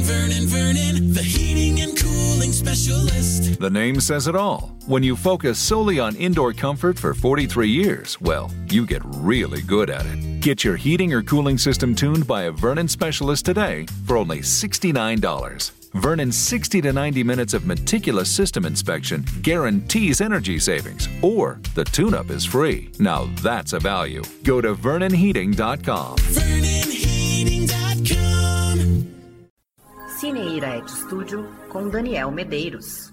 Vernon, the heating and cooling specialist. The name says it all. When you focus solely on indoor comfort for 43 years, well, you get really good at it. Get your heating or cooling system tuned by a Vernon specialist today for only $69. Vernon's 60 to 90 minutes of meticulous system inspection guarantees energy savings, or the tune-up is free. Now that's a value. Go to VernonHeating.com. VernonHeating.com. Cineira Studio com Daniel Medeiros.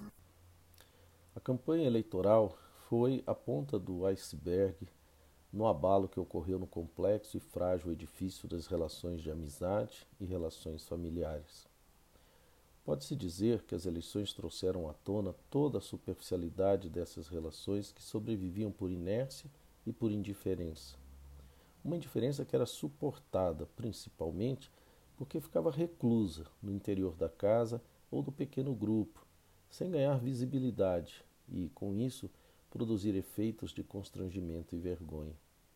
A campanha eleitoral foi a ponta do iceberg no abalo que ocorreu no complexo e frágil edifício das relações de amizade e relações familiares. Pode-se dizer que as eleições trouxeram à tona toda a superficialidade dessas relações que sobreviviam por inércia e por indiferença. Uma indiferença que era suportada, principalmente, porque ficava reclusa no interior da casa ou do pequeno grupo, sem ganhar visibilidade e, com isso, produzir efeitos de constrangimento e vergonha.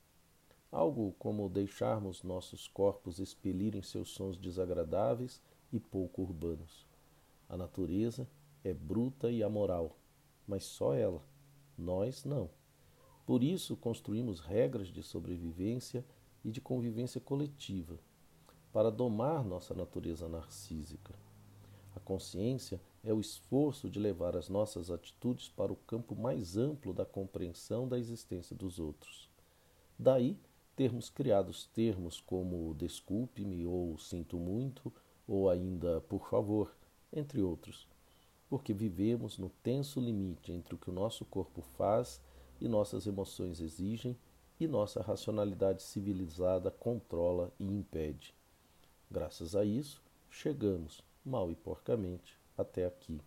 Algo como deixarmos nossos corpos expelirem seus sons desagradáveis e pouco urbanos. A natureza é bruta e amoral, mas só ela, nós não. Por isso construímos regras de sobrevivência e de convivência coletiva, para domar nossa natureza narcísica. A consciência é o esforço de levar as nossas atitudes para o campo mais amplo da compreensão da existência dos outros. Daí, termos criados termos como desculpe-me ou sinto muito, ou ainda por favor, entre outros, porque vivemos no tenso limite entre o que o nosso corpo faz e nossas emoções exigem e nossa racionalidade civilizada controla e impede. Graças a isso, chegamos, mal e porcamente, até aqui.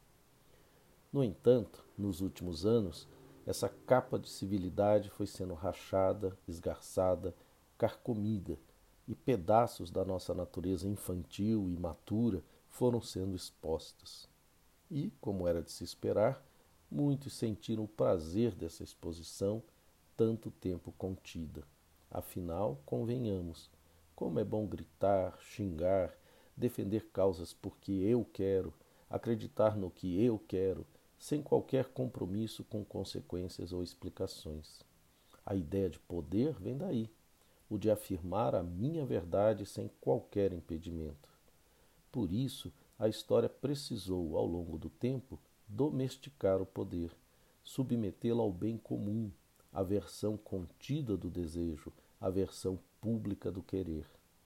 No entanto, nos últimos anos, essa capa de civilidade foi sendo rachada, esgarçada, carcomida, e pedaços da nossa natureza infantil e imatura foram sendo expostas. E, como era de se esperar, muitos sentiram o prazer dessa exposição, tanto tempo contida. Afinal, convenhamos, como é bom gritar, xingar, defender causas porque eu quero, acreditar no que eu quero, sem qualquer compromisso com consequências ou explicações. A ideia de poder vem daí, o de afirmar a minha verdade sem qualquer impedimento. Por isso, a história precisou, ao longo do tempo, domesticar o poder, submetê-lo ao bem comum, à versão contida do desejo, à versão pública do querer.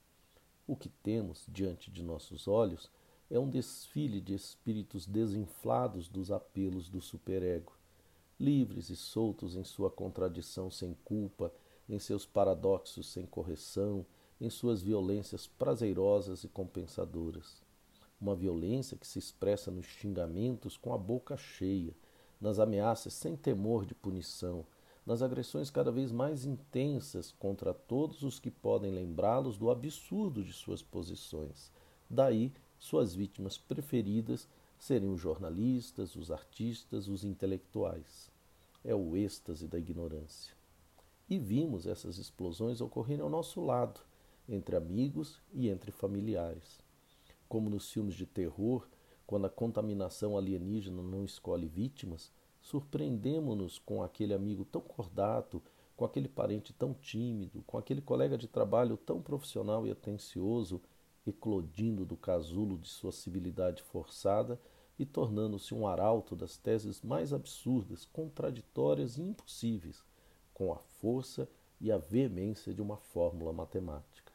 O que temos diante de nossos olhos é um desfile de espíritos desinflados dos apelos do superego, livres e soltos em sua contradição sem culpa, em seus paradoxos sem correção, em suas violências prazerosas e compensadoras. Uma violência que se expressa nos xingamentos com a boca cheia, nas ameaças sem temor de punição, nas agressões cada vez mais intensas contra todos os que podem lembrá-los do absurdo de suas posições. Daí, suas vítimas preferidas seriam os jornalistas, os artistas, os intelectuais. É o êxtase da ignorância. E vimos essas explosões ocorrerem ao nosso lado, entre amigos e entre familiares. Como nos filmes de terror, quando a contaminação alienígena não escolhe vítimas, surpreendemo-nos com aquele amigo tão cordato, com aquele parente tão tímido, com aquele colega de trabalho tão profissional e atencioso, eclodindo do casulo de sua civilidade forçada e tornando-se um arauto das teses mais absurdas, contraditórias e impossíveis, com a força e a veemência de uma fórmula matemática.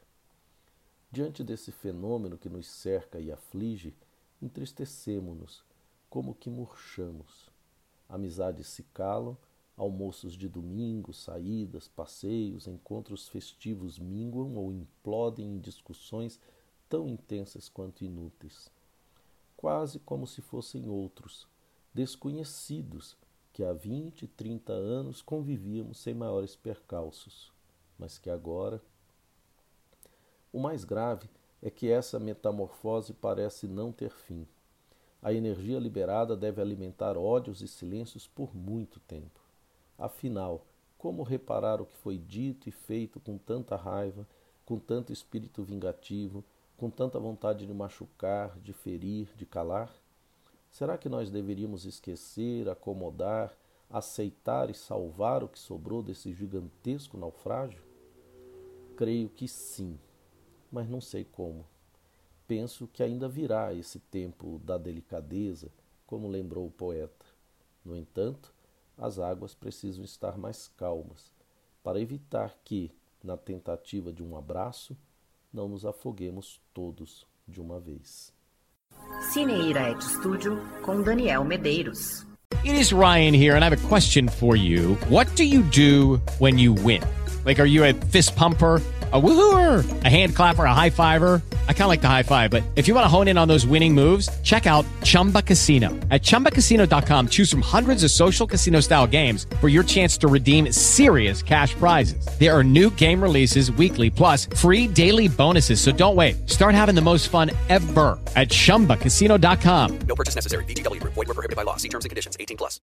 Diante desse fenômeno que nos cerca e aflige, entristecemo-nos, como que murchamos. Amizades se calam, almoços de domingo, saídas, passeios, encontros festivos minguam ou implodem em discussões tão intensas quanto inúteis. Quase como se fossem outros, desconhecidos, que há 20, 30 anos convivíamos sem maiores percalços, mas que agora... O mais grave é que essa metamorfose parece não ter fim. A energia liberada deve alimentar ódios e silêncios por muito tempo. Afinal, como reparar o que foi dito e feito com tanta raiva, com tanto espírito vingativo, com tanta vontade de machucar, de ferir, de calar? Será que nós deveríamos esquecer, acomodar, aceitar e salvar o que sobrou desse gigantesco naufrágio? Creio que sim, mas não sei como. Penso que ainda virá esse tempo da delicadeza, como lembrou o poeta. No entanto, as águas precisam estar mais calmas, para evitar que, na tentativa de um abraço, não nos afoguemos todos de uma vez. Cine Ira Studio com Daniel Medeiros. It is Ryan here, and I have a question for you. What do you do when you win? Like, are you a fist pumper, a woohooer, a hand clapper, a high fiver? I kind of like the high five, but if you want to hone in on those winning moves, check out Chumba Casino. At ChumbaCasino.com, choose from hundreds of social casino-style games for your chance to redeem serious cash prizes. There are new game releases weekly, plus free daily bonuses. So don't wait. Start having the most fun ever at ChumbaCasino.com. No purchase necessary. VGW Group. Void where prohibited by law. See terms and conditions. 18+.